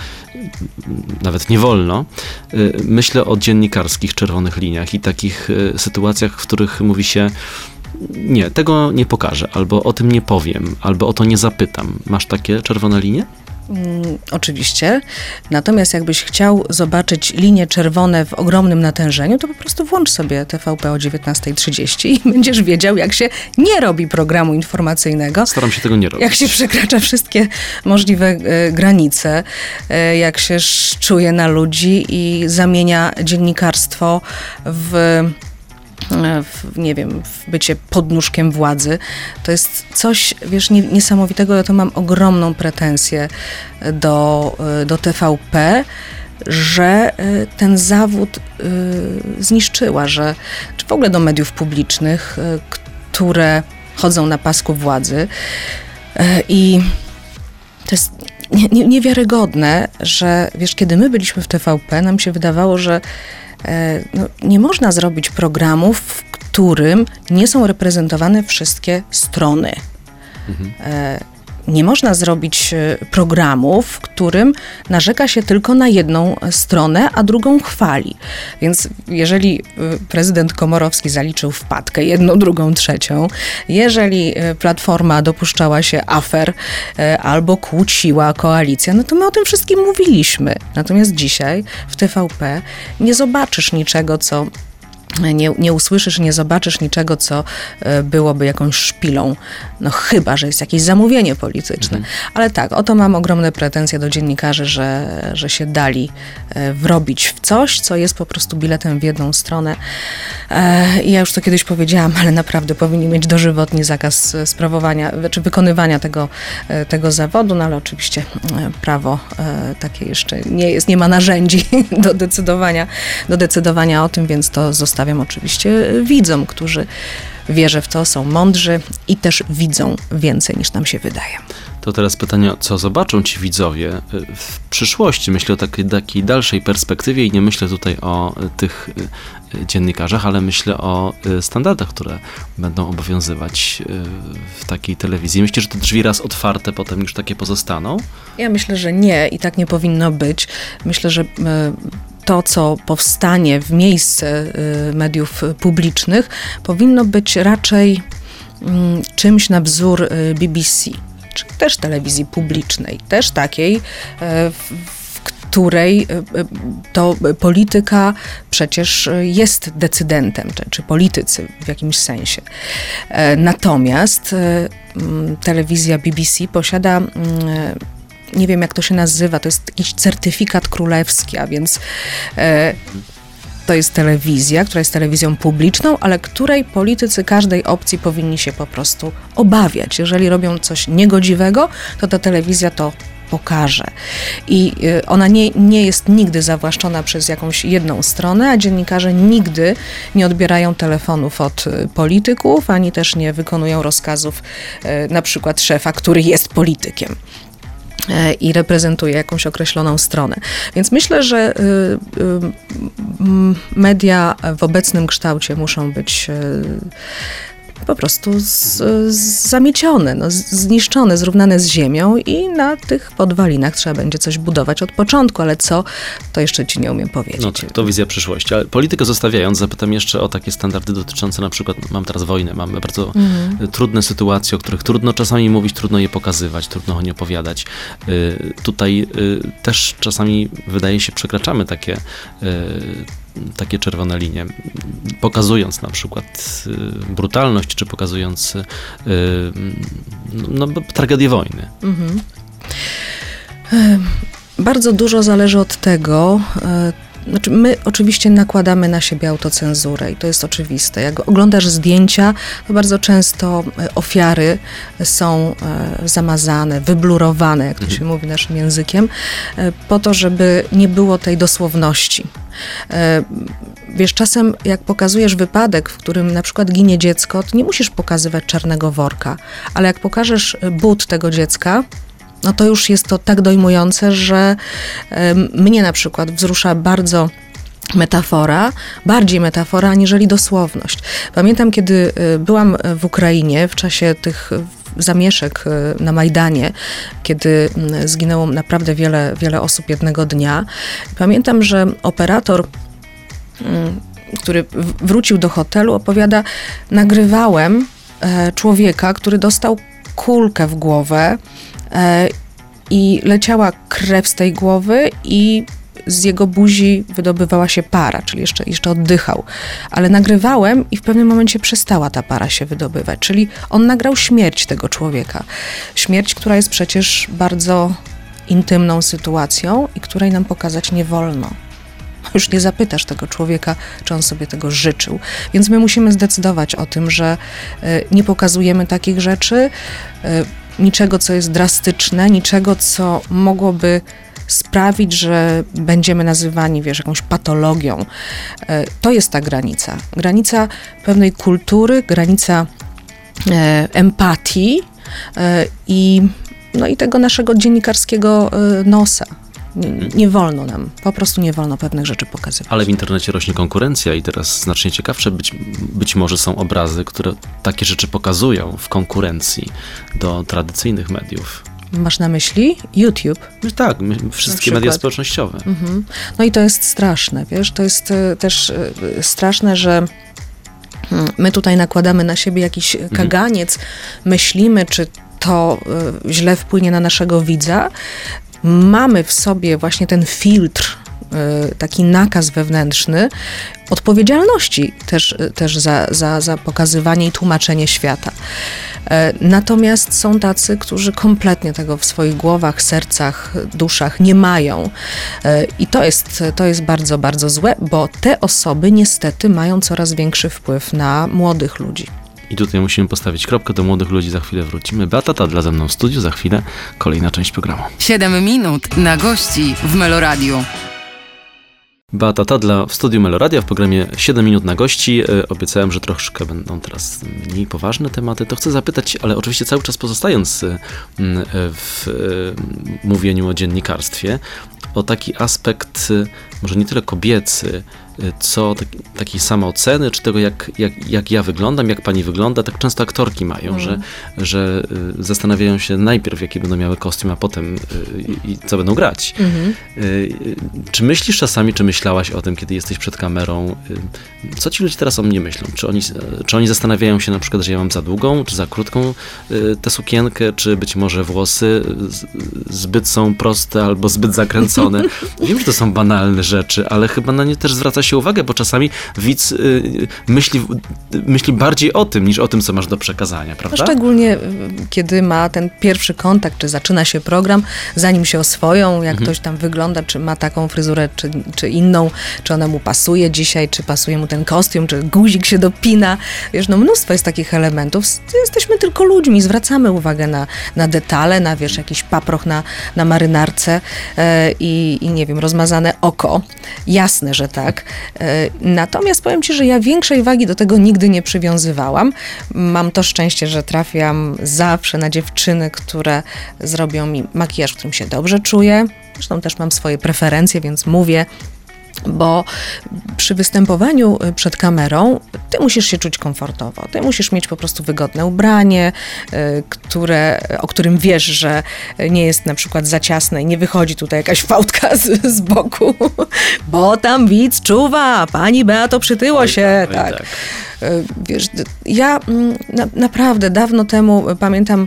nawet nie wolno. Myślę o dziennikarskich czerwonych liniach i takich sytuacjach, w których mówi się: nie, tego nie pokażę, albo o tym nie powiem, albo o to nie zapytam. Masz takie czerwone linie? Mm, oczywiście. Natomiast jakbyś chciał zobaczyć linie czerwone w ogromnym natężeniu, to po prostu włącz sobie T V P o dziewiętnasta trzydzieści i będziesz wiedział, jak się nie robi programu informacyjnego. Staram się tego nie robić. Jak się przekracza wszystkie możliwe e, granice, e, jak się szczuje na ludzi i zamienia dziennikarstwo w... W, nie wiem, w bycie podnóżkiem władzy. To jest coś, wiesz, nie, niesamowitego. Ja to mam ogromną pretensję do, do T V P, że ten zawód zniszczyła, że, czy w ogóle do mediów publicznych, które chodzą na pasku władzy. I to jest nie, niewiarygodne, że wiesz, kiedy my byliśmy w T V P, nam się wydawało, że no, nie można zrobić programu, w którym nie są reprezentowane wszystkie strony. Mhm. Nie można zrobić programu, w którym narzeka się tylko na jedną stronę, a drugą chwali. Więc jeżeli prezydent Komorowski zaliczył wpadkę, jedną, drugą, trzecią, jeżeli Platforma dopuszczała się afer albo kłóciła koalicję, no to my o tym wszystkim mówiliśmy. Natomiast dzisiaj w T V P nie zobaczysz niczego, co Nie, nie usłyszysz, nie zobaczysz niczego, co byłoby jakąś szpilą. No chyba, że jest jakieś zamówienie polityczne. Mhm. Ale tak, oto mam ogromne pretensje do dziennikarzy, że, że się dali wrobić w coś, co jest po prostu biletem w jedną stronę. I ja już to kiedyś powiedziałam, ale naprawdę powinni mieć dożywotni zakaz sprawowania, czy wykonywania tego, tego zawodu, no ale oczywiście prawo takie jeszcze nie jest, nie ma narzędzi do decydowania, do decydowania o tym, więc to zostawiam oczywiście widzom, którzy, wierzę w to, są mądrzy i też widzą więcej niż nam się wydaje. To teraz pytanie, co zobaczą ci widzowie w przyszłości? Myślę o takiej, takiej dalszej perspektywie i nie myślę tutaj o tych dziennikarzach, ale myślę o standardach, które będą obowiązywać w takiej telewizji. Myślę, że te drzwi raz otwarte potem już takie pozostaną? Ja myślę, że nie i tak nie powinno być. Myślę, że to, co powstanie w miejsce mediów publicznych, powinno być raczej czymś na wzór B B C, czy też telewizji publicznej, też takiej, w, w której to polityka przecież jest decydentem, czy, czy politycy w jakimś sensie. Natomiast telewizja B B C posiada, nie wiem jak to się nazywa, to jest jakiś certyfikat królewski, a więc to jest telewizja, która jest telewizją publiczną, ale której politycy każdej opcji powinni się po prostu obawiać. Jeżeli robią coś niegodziwego, to ta telewizja to pokaże. I ona nie, nie jest nigdy zawłaszczona przez jakąś jedną stronę, a dziennikarze nigdy nie odbierają telefonów od polityków, ani też nie wykonują rozkazów na przykład szefa, który jest politykiem i reprezentuje jakąś określoną stronę. Więc myślę, że y, y, media w obecnym kształcie muszą być y, po prostu z, z, zamiecione, no, z, zniszczone, zrównane z ziemią i na tych podwalinach trzeba będzie coś budować od początku, ale co, to jeszcze ci nie umiem powiedzieć. No to, to wizja przyszłości. Ale politykę zostawiając, zapytam jeszcze o takie standardy dotyczące na przykład, mam teraz wojnę, mamy bardzo mhm. trudne sytuacje, o których trudno czasami mówić, trudno je pokazywać, trudno o nie opowiadać. Y, tutaj y, też czasami wydaje się przekraczamy takie y, takie czerwone linie, pokazując na przykład y, brutalność, czy pokazując y, no, no, tragedię wojny. Mhm. Bardzo dużo zależy od tego, y, znaczy my oczywiście nakładamy na siebie autocenzurę i to jest oczywiste. Jak oglądasz zdjęcia, to bardzo często ofiary są y, zamazane, wyblurowane, jak to mhm. się mówi naszym językiem, y, po to, żeby nie było tej dosłowności. Wiesz, czasem jak pokazujesz wypadek, w którym na przykład ginie dziecko, to nie musisz pokazywać czarnego worka, ale jak pokażesz but tego dziecka, no to już jest to tak dojmujące, że mnie na przykład wzrusza bardzo metafora, bardziej metafora, aniżeli dosłowność. Pamiętam, kiedy byłam w Ukrainie w czasie tych zamieszek na Majdanie, kiedy zginęło naprawdę wiele, wiele osób jednego dnia. Pamiętam, że operator, który wrócił do hotelu, opowiada, nagrywałem człowieka, który dostał kulkę w głowę i leciała krew z tej głowy i z jego buzi wydobywała się para, czyli jeszcze, jeszcze oddychał. Ale nagrywałem i w pewnym momencie przestała ta para się wydobywać. Czyli on nagrał śmierć tego człowieka. Śmierć, która jest przecież bardzo intymną sytuacją i której nam pokazać nie wolno. Już nie zapytasz tego człowieka, czy on sobie tego życzył. Więc my musimy zdecydować o tym, że nie pokazujemy takich rzeczy, niczego, co jest drastyczne, niczego, co mogłoby sprawić, że będziemy nazywani, wiesz, jakąś patologią. To jest ta granica. Granica pewnej kultury, granica e, empatii e, i, no i tego naszego dziennikarskiego e, nosa. Nie, nie wolno nam, po prostu nie wolno pewnych rzeczy pokazywać. Ale w internecie rośnie konkurencja i teraz znacznie ciekawsze być, być może są obrazy, które takie rzeczy pokazują w konkurencji do tradycyjnych mediów. Masz na myśli YouTube? Tak, wszystkie media społecznościowe. Mhm. No i to jest straszne, wiesz, to jest też straszne, że my tutaj nakładamy na siebie jakiś kaganiec, mhm. myślimy, czy to źle wpłynie na naszego widza. Mamy w sobie właśnie ten filtr, taki nakaz wewnętrzny odpowiedzialności też, też za, za, za pokazywanie i tłumaczenie świata. Natomiast są tacy, którzy kompletnie tego w swoich głowach, sercach, duszach nie mają. I to jest, to jest bardzo, bardzo złe, bo te osoby niestety mają coraz większy wpływ na młodych ludzi. I tutaj musimy postawić kropkę, do młodych ludzi za chwilę wrócimy. Beata Tadla ze mną w studiu, za chwilę kolejna część programu. siedem minut na gości w Meloradiu. Beata Tadla w studiu Meloradia w programie siedem minut na gości. E, obiecałem, że troszkę będą teraz mniej poważne tematy. To chcę zapytać, ale oczywiście cały czas pozostając e, w e, mówieniu o dziennikarstwie, o taki aspekt e, może nie tyle kobiecy, co taki, takiej samooceny, czy tego, jak, jak, jak ja wyglądam, jak pani wygląda. Tak często aktorki mają, mm. że, że y, zastanawiają się najpierw, jaki będą miały kostium, a potem y, y, co będą grać. Mm-hmm. Y, y, czy myślisz czasami, czy myślałaś o tym, kiedy jesteś przed kamerą, y, co ci ludzie teraz o mnie myślą? Czy oni, czy oni zastanawiają się na przykład, że ja mam za długą, czy za krótką y, tę sukienkę, czy być może włosy z, zbyt są proste albo zbyt zakręcone? Wiem, że to są banalne rzeczy, ale chyba na nie też zwraca się uwagę, bo czasami widz y, myśli, myśli bardziej o tym, niż o tym, co masz do przekazania, prawda? Szczególnie kiedy ma ten pierwszy kontakt, czy zaczyna się program, zanim się oswoją, jak mhm. ktoś tam wygląda, czy ma taką fryzurę, czy, czy inną, czy ona mu pasuje dzisiaj, czy pasuje mu ten kostium, czy guzik się dopina. Wiesz, no mnóstwo jest takich elementów. Jesteśmy tylko ludźmi, zwracamy uwagę na, na detale, na, wiesz, jakiś paproch na, na marynarce e, i, i nie wiem, rozmazane oko. Jasne, że tak. Natomiast powiem ci, że ja większej wagi do tego nigdy nie przywiązywałam. Mam to szczęście, że trafiam zawsze na dziewczyny, które zrobią mi makijaż, w którym się dobrze czuję. Zresztą też mam swoje preferencje, więc mówię, bo przy występowaniu przed kamerą ty musisz się czuć komfortowo. Ty musisz mieć po prostu wygodne ubranie, które, o którym wiesz, że nie jest na przykład za ciasne i nie wychodzi tutaj jakaś fałdka z, z boku, bo tam widz czuwa, pani Beato, przytyło oj, się. oj, tak. tak. Wiesz, ja na, naprawdę dawno temu pamiętam,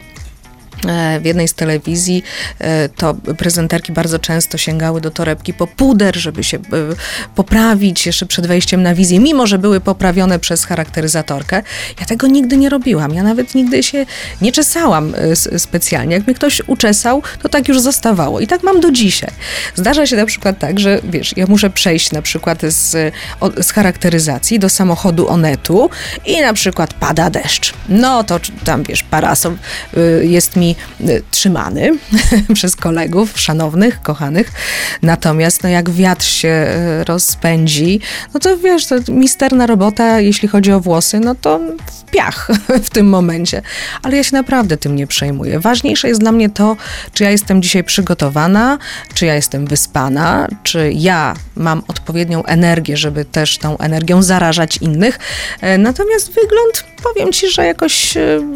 w jednej z telewizji to prezenterki bardzo często sięgały do torebki po puder, żeby się poprawić jeszcze przed wejściem na wizję, mimo że były poprawione przez charakteryzatorkę. Ja tego nigdy nie robiłam. Ja nawet nigdy się nie czesałam specjalnie. Jak mnie ktoś uczesał, to tak już zostawało. I tak mam do dzisiaj. Zdarza się na przykład tak, że wiesz, ja muszę przejść na przykład z, z charakteryzacji do samochodu Onetu i na przykład pada deszcz. No to tam, wiesz, parasol jest mi trzymany przez kolegów szanownych, kochanych. Natomiast no jak wiatr się rozpędzi, no to wiesz, to misterna robota, jeśli chodzi o włosy, no to w piach w tym momencie. Ale ja się naprawdę tym nie przejmuję. Ważniejsze jest dla mnie to, czy ja jestem dzisiaj przygotowana, czy ja jestem wyspana, czy ja mam odpowiednią energię, żeby też tą energią zarażać innych. Natomiast wygląd, powiem ci, że jakoś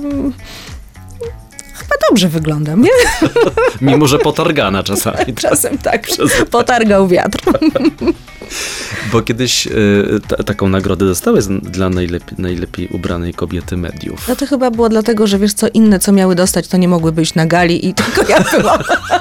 chyba dobrze wyglądam, nie? Mimo, że potargana czasami. Czasem tak, potargał wiatr. Bo kiedyś y, t- taką nagrodę dostałeś dla najlepiej, najlepiej ubranej kobiety mediów. No to chyba było dlatego, że wiesz co, inne co miały dostać, to nie mogły być na gali i tylko ja byłam.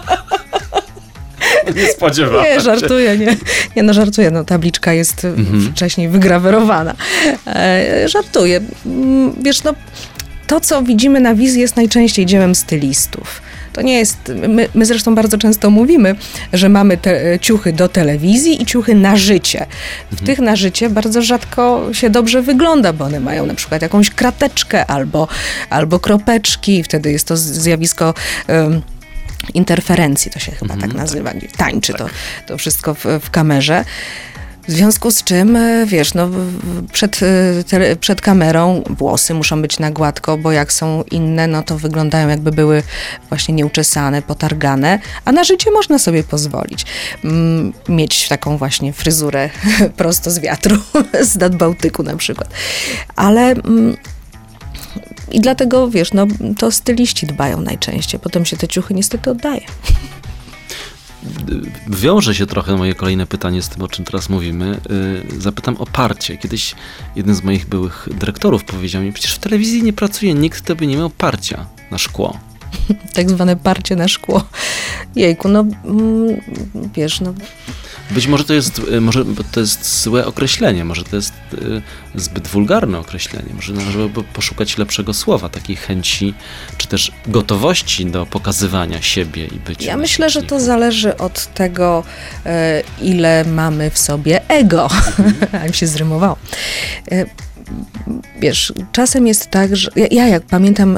Nie spodziewałem Nie, żartuję, nie. Nie, no żartuję, no tabliczka jest mhm. wcześniej wygrawerowana. E, żartuję. Wiesz, no to, co widzimy na wizji, jest najczęściej dziełem stylistów. To nie jest, my, my zresztą bardzo często mówimy, że mamy te ciuchy do telewizji i ciuchy na życie. W mhm. tych na życie bardzo rzadko się dobrze wygląda, bo one mają na przykład jakąś krateczkę albo, albo kropeczki. Wtedy jest to zjawisko um, interferencji, to się chyba mhm. tak nazywa, gdzie tańczy tak. to, to wszystko w, w kamerze. W związku z czym, wiesz, no, przed, te, przed kamerą włosy muszą być na gładko, bo jak są inne, no to wyglądają jakby były właśnie nieuczesane, potargane, a na życie można sobie pozwolić. Mieć taką właśnie fryzurę prosto z wiatru, z Nadbałtyku na przykład. Ale i dlatego, wiesz, no to styliści dbają najczęściej, potem się te ciuchy niestety oddaje. Wiąże się trochę moje kolejne pytanie z tym, o czym teraz mówimy. Zapytam o parcie. Kiedyś jeden z moich byłych dyrektorów powiedział mi, przecież w telewizji nie pracuje nikt, kto by nie miał parcia na szkło. Tak zwane parcie na szkło. Jejku, no wiesz, no... Być może to jest, może to jest złe określenie, może to jest y, zbyt wulgarne określenie, może należałoby poszukać lepszego słowa, takiej chęci, czy też gotowości do pokazywania siebie i bycia. Ja myślę, że to zależy od tego, y, ile mamy w sobie ego. A mi się zrymowało. Y, Wiesz, czasem jest tak, że ja, ja jak pamiętam y,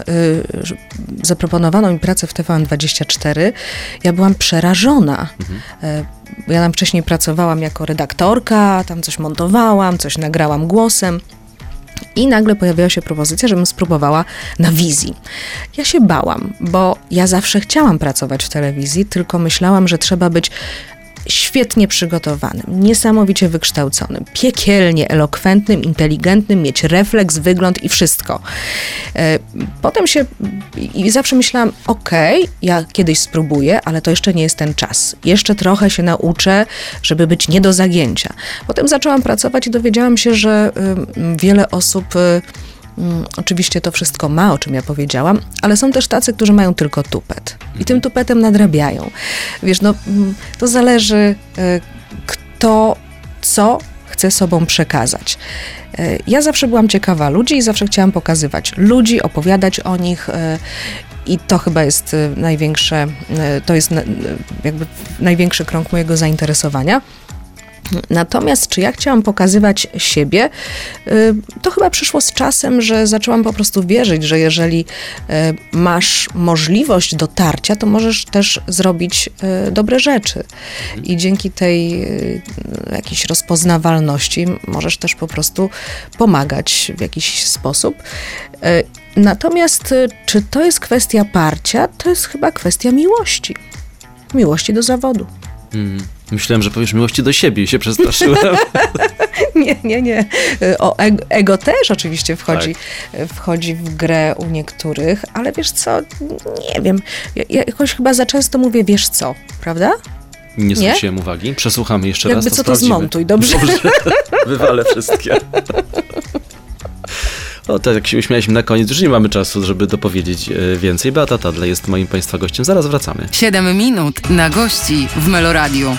zaproponowano mi pracę w T V N dwadzieścia cztery, ja byłam przerażona. Mhm. Y, ja tam wcześniej pracowałam jako redaktorka, tam coś montowałam, coś nagrałam głosem. I nagle pojawiła się propozycja, żebym spróbowała na wizji. Ja się bałam, bo ja zawsze chciałam pracować w telewizji, tylko myślałam, że trzeba być świetnie przygotowanym, niesamowicie wykształconym, piekielnie elokwentnym, inteligentnym, mieć refleks, wygląd i wszystko. Potem się, i zawsze myślałam, okej, okay, ja kiedyś spróbuję, ale to jeszcze nie jest ten czas. Jeszcze trochę się nauczę, żeby być nie do zagięcia. Potem zaczęłam pracować i dowiedziałam się, że wiele osób oczywiście to wszystko ma, o czym ja powiedziałam, ale są też tacy, którzy mają tylko tupet i tym tupetem nadrabiają. Wiesz, no to zależy kto, co chce sobą przekazać. Ja zawsze byłam ciekawa ludzi i zawsze chciałam pokazywać ludzi, opowiadać o nich i to chyba jest największe, to jest jakby największy krąg mojego zainteresowania. Natomiast czy ja chciałam pokazywać siebie, to chyba przyszło z czasem, że zaczęłam po prostu wierzyć, że jeżeli masz możliwość dotarcia, to możesz też zrobić dobre rzeczy. I dzięki tej jakiejś rozpoznawalności możesz też po prostu pomagać w jakiś sposób. Natomiast czy to jest kwestia parcia, to jest chyba kwestia miłości. Miłości do zawodu. Mm. Myślałem, że powiesz miłości do siebie i się przestraszyłem. Nie, nie, nie. O, ego też oczywiście wchodzi, tak. wchodzi w grę u niektórych, ale wiesz co, nie wiem, ja, ja jakoś chyba za często mówię wiesz co, prawda? Nie zwróciłem uwagi. Przesłuchamy jeszcze Jakby raz, to co sprawdzimy. to zmontuj, dobrze? Dobrze. Wywalę wszystkie. O, tak jak się uśmialiśmy na koniec, już nie mamy czasu, żeby dopowiedzieć więcej. Beata Tadla jest moim Państwa gościem. Zaraz wracamy. siedem minut na gości w Meloradiu.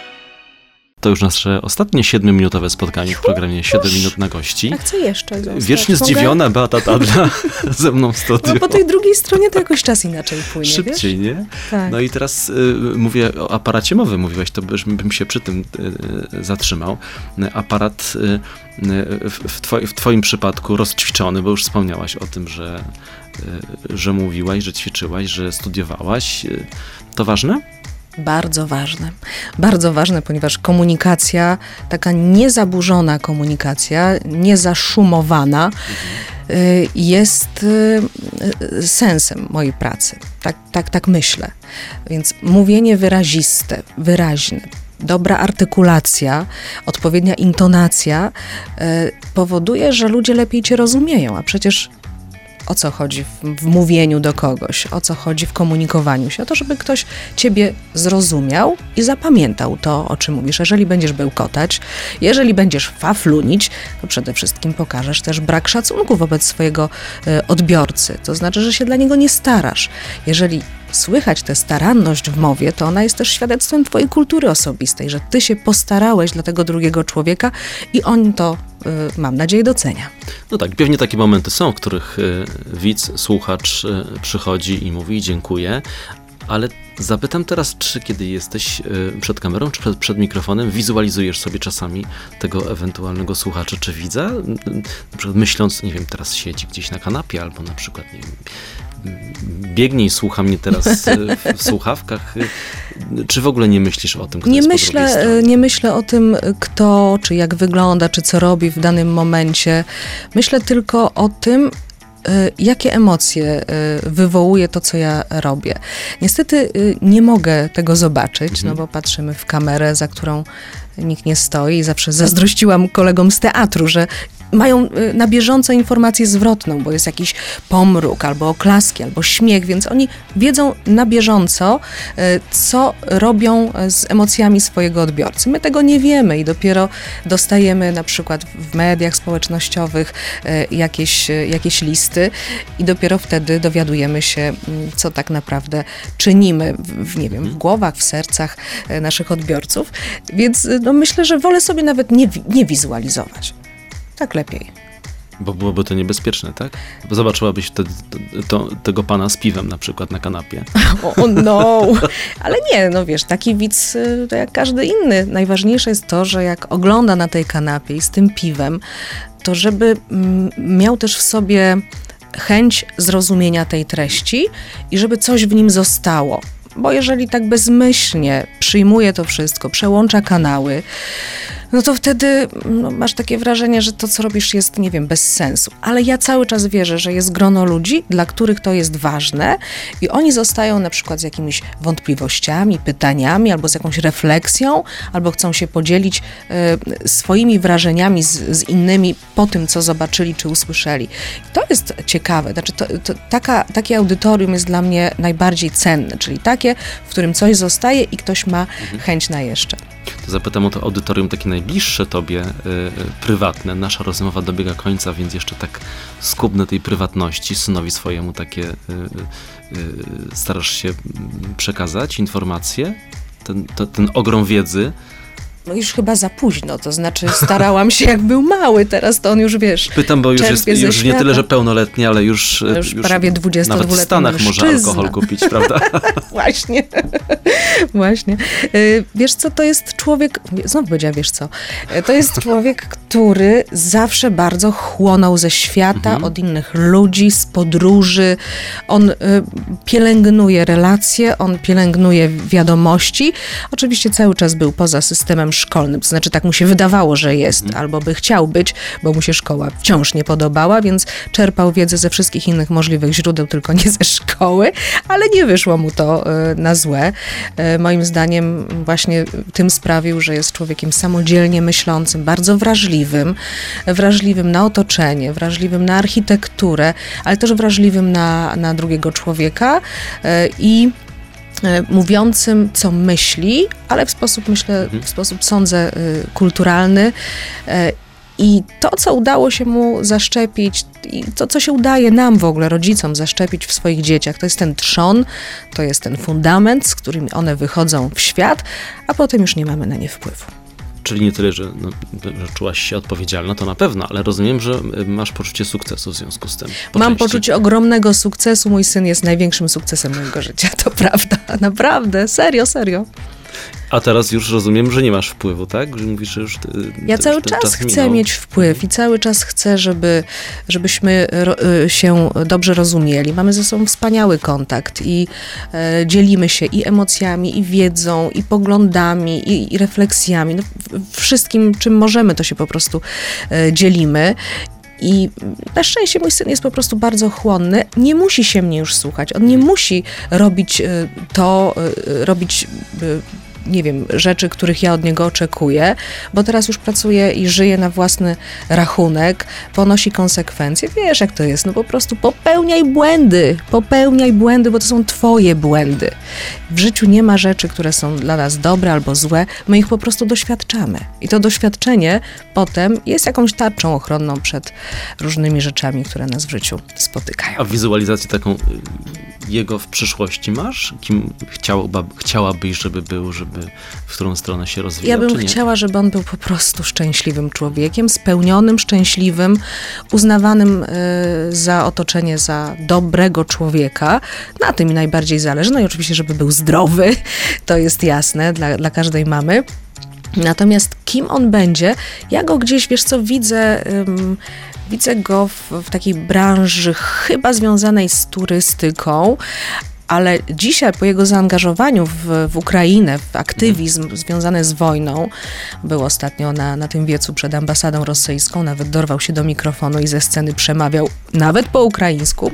To już nasze ostatnie siedmiominutowe spotkanie w programie siedem minut na gości. A co jeszcze? Zostać? Wiecznie zdziwiona Mogę? Beata Tadla ze mną w studiu. No po tej drugiej stronie to jakoś czas inaczej płynie, Szybciej, wiesz? nie? Tak. No i teraz y, mówię o aparacie mowy. Mówiłaś, to bym, bym się przy tym y, zatrzymał. Aparat y, w, w, twoi, w twoim przypadku rozćwiczony, bo już wspomniałaś o tym, że, y, że mówiłaś, że ćwiczyłaś, że studiowałaś. Y, to ważne? Bardzo ważne. Bardzo ważne, ponieważ komunikacja, taka niezaburzona komunikacja, niezaszumowana, mhm. jest sensem mojej pracy. Tak, tak, tak myślę. Więc mówienie wyraziste, wyraźne, dobra artykulacja, odpowiednia intonacja powoduje, że ludzie lepiej cię rozumieją, a przecież o co chodzi w, w mówieniu do kogoś, o co chodzi w komunikowaniu się, o to, żeby ktoś ciebie zrozumiał i zapamiętał to, o czym mówisz. Jeżeli będziesz bełkotać, jeżeli będziesz faflunić, to przede wszystkim pokażesz też brak szacunku wobec swojego y, odbiorcy. To znaczy, że się dla niego nie starasz. Jeżeli słychać tę staranność w mowie, to ona jest też świadectwem twojej kultury osobistej, że ty się postarałeś dla tego drugiego człowieka i on to, y, mam nadzieję, docenia. No tak, pewnie takie momenty są, w których y, widz, słuchacz y, przychodzi i mówi dziękuję, ale zapytam teraz, czy kiedy jesteś y, przed kamerą, czy przed, przed mikrofonem, wizualizujesz sobie czasami tego ewentualnego słuchacza czy widza? Na przykład myśląc, nie wiem, teraz siedzi gdzieś na kanapie, albo na przykład, nie wiem, biegnie i słucha mnie teraz w słuchawkach. Czy w ogóle nie myślisz o tym, kto nie jest myślę, po drugiej stronie? Nie myślę o tym, kto, czy jak wygląda, czy co robi w danym momencie. Myślę tylko o tym, jakie emocje wywołuje to, co ja robię. Niestety nie mogę tego zobaczyć, mhm. no bo patrzymy w kamerę, za którą nikt nie stoi i zawsze zazdrościłam kolegom z teatru, że mają na bieżąco informację zwrotną, bo jest jakiś pomruk, albo oklaski, albo śmiech, więc oni wiedzą na bieżąco, co robią z emocjami swojego odbiorcy. My tego nie wiemy i dopiero dostajemy na przykład w mediach społecznościowych jakieś, jakieś listy i dopiero wtedy dowiadujemy się, co tak naprawdę czynimy w, nie wiem, w głowach, w sercach naszych odbiorców. Więc no, myślę, że wolę sobie nawet nie, nie wizualizować. Tak lepiej. Bo byłoby to niebezpieczne, tak? Bo zobaczyłabyś wtedy to, to, tego pana z piwem na przykład na kanapie. O oh no! Ale nie, no wiesz, taki widz to jak każdy inny. Najważniejsze jest to, że jak ogląda na tej kanapie i z tym piwem, to żeby miał też w sobie chęć zrozumienia tej treści i żeby coś w nim zostało. bo jeżeli tak bezmyślnie przyjmuje to wszystko, przełącza kanały, no to wtedy no, masz takie wrażenie, że to, co robisz, jest, nie wiem, bez sensu. Ale ja cały czas wierzę, że jest grono ludzi, dla których to jest ważne i oni zostają na przykład z jakimiś wątpliwościami, pytaniami, albo z jakąś refleksją, albo chcą się podzielić y, swoimi wrażeniami z, z innymi po tym, co zobaczyli czy usłyszeli. I to jest ciekawe. Znaczy, to, to, taka, takie audytorium jest dla mnie najbardziej cenne, czyli takie, w którym coś zostaje i ktoś ma mhm. chęć na jeszcze. To zapytam o to audytorium takie najbliższe tobie, y, y, prywatne. Nasza rozmowa dobiega końca, więc jeszcze tak skubnę tej prywatności synowi swojemu takie y, y, y, starasz się przekazać informacje, ten, to, ten ogrom wiedzy. No już chyba za późno, to znaczy starałam się jak był mały, teraz to on już, wiesz, Pytam, bo już jest już nie tyle, że pełnoletni, ale już, już, już prawie dwudziestodwuletni nawet w Stanach mężczyzna. Może alkohol kupić, prawda? Właśnie, właśnie. Wiesz co, to jest człowiek, znowu powiedziała, wiesz co, to jest człowiek, który zawsze bardzo chłonął ze świata, mhm. od innych ludzi, z podróży. On pielęgnuje relacje, on pielęgnuje wiadomości. Oczywiście cały czas był poza systemem szkolnym, to znaczy tak mu się wydawało, że jest, mhm. albo by chciał być, bo mu się szkoła wciąż nie podobała, więc czerpał wiedzę ze wszystkich innych możliwych źródeł, tylko nie ze szkoły, ale nie wyszło mu to y, na złe. Y, moim zdaniem właśnie tym sprawił, że jest człowiekiem samodzielnie myślącym, bardzo wrażliwym, wrażliwym na otoczenie, wrażliwym na architekturę, ale też wrażliwym na, na drugiego człowieka y, i mówiącym, co myśli, ale w sposób, myślę, w sposób, sądzę, kulturalny. I to, co udało się mu zaszczepić, i to, co się udaje nam w ogóle, rodzicom, zaszczepić w swoich dzieciach, to jest ten trzon, to jest ten fundament, z którym one wychodzą w świat, a potem już nie mamy na nie wpływu. Czyli nie tyle, że, no, że czułaś się odpowiedzialna, to na pewno, ale rozumiem, że masz poczucie sukcesu w związku z tym. Po Mam części. poczucie ogromnego sukcesu. Mój syn jest największym sukcesem mojego życia, to prawda. Naprawdę, serio, serio. A teraz już rozumiem, że nie masz wpływu, tak? Że mówisz, że już ty, Ja cały czas, czas chcę minął. mieć wpływ i cały czas chcę, żeby, żebyśmy ro, się dobrze rozumieli. Mamy ze sobą wspaniały kontakt i e, dzielimy się i emocjami, i wiedzą, i poglądami, i, i refleksjami. No, wszystkim, czym możemy, to się po prostu e, dzielimy. I na szczęście mój syn jest po prostu bardzo chłonny, nie musi się mnie już słuchać, on nie musi robić to, robić, nie wiem, rzeczy, których ja od niego oczekuję, bo teraz już pracuje i żyje na własny rachunek, ponosi konsekwencje. Wiesz, jak to jest, no po prostu popełniaj błędy, popełniaj błędy, bo to są twoje błędy. W życiu nie ma rzeczy, które są dla nas dobre albo złe, my ich po prostu doświadczamy. I to doświadczenie potem jest jakąś tarczą ochronną przed różnymi rzeczami, które nas w życiu spotykają. A wizualizację taką jego w przyszłości masz? Kim chciałba, chciałabyś, żeby był, żeby w którą stronę się rozwijał? Ja bym chciała, żeby on był po prostu szczęśliwym człowiekiem, spełnionym, szczęśliwym, uznawanym y, za otoczenie za dobrego człowieka. Na tym mi najbardziej zależy. No i oczywiście, żeby był zdrowy, to jest jasne dla, dla każdej mamy. Natomiast kim on będzie, ja go gdzieś, wiesz co, widzę... Ym, Widzę go w, w takiej branży chyba związanej z turystyką, ale dzisiaj po jego zaangażowaniu w, w Ukrainę, w aktywizm związany z wojną, był ostatnio na, na tym wiecu przed ambasadą rosyjską, nawet dorwał się do mikrofonu i ze sceny przemawiał nawet po ukraińsku.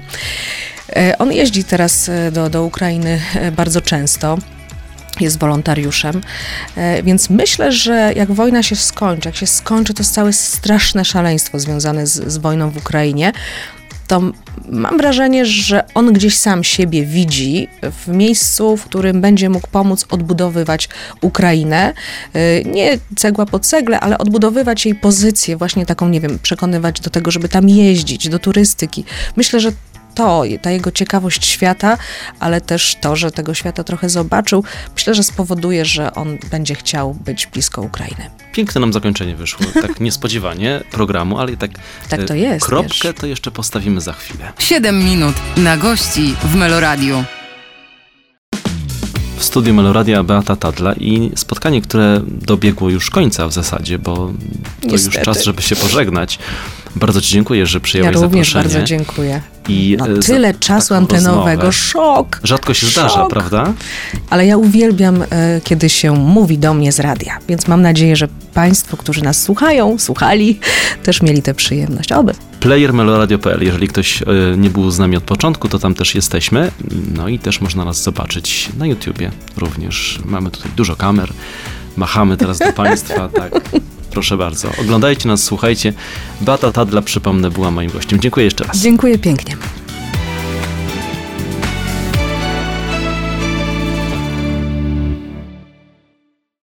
On jeździ teraz do, do Ukrainy bardzo często. Jest wolontariuszem, więc myślę, że jak wojna się skończy, jak się skończy to całe straszne szaleństwo związane z, z wojną w Ukrainie, to mam wrażenie, że on gdzieś sam siebie widzi w miejscu, w którym będzie mógł pomóc odbudowywać Ukrainę. Nie cegła po cegle, ale odbudowywać jej pozycję, właśnie taką, nie wiem, przekonywać do tego, żeby tam jeździć, do turystyki. Myślę, że to, ta jego ciekawość świata, ale też to, że tego świata trochę zobaczył, myślę, że spowoduje, że on będzie chciał być blisko Ukrainy. Piękne nam zakończenie wyszło, tak niespodziewanie programu, ale tak, tak to jest, kropkę wiesz. To jeszcze postawimy za chwilę. siedem minut na gości w Meloradiu. W studiu Meloradia Beata Tadla i spotkanie, które dobiegło już końca w zasadzie, bo to Niestety. już czas, żeby się pożegnać. Bardzo Ci dziękuję, że Ja przyjęłaś również zaproszenie. bardzo dziękuję. I No, e, za tyle czasu taką antenowego, rozmowę. szok! Rzadko się zdarza, Szok. prawda? Ale ja uwielbiam, e, kiedy się mówi do mnie z radia, więc mam nadzieję, że Państwo, którzy nas słuchają, słuchali, też mieli tę przyjemność. Oby. player meloradio kropka p l. Jeżeli ktoś e, nie był z nami od początku, to tam też jesteśmy. No i też można nas zobaczyć na YouTubie również. Mamy tutaj dużo kamer. Machamy teraz do Państwa, tak. Proszę bardzo. Oglądajcie nas, słuchajcie. Beata Tadla, przypomnę, była moim gościem. Dziękuję jeszcze raz. Dziękuję pięknie.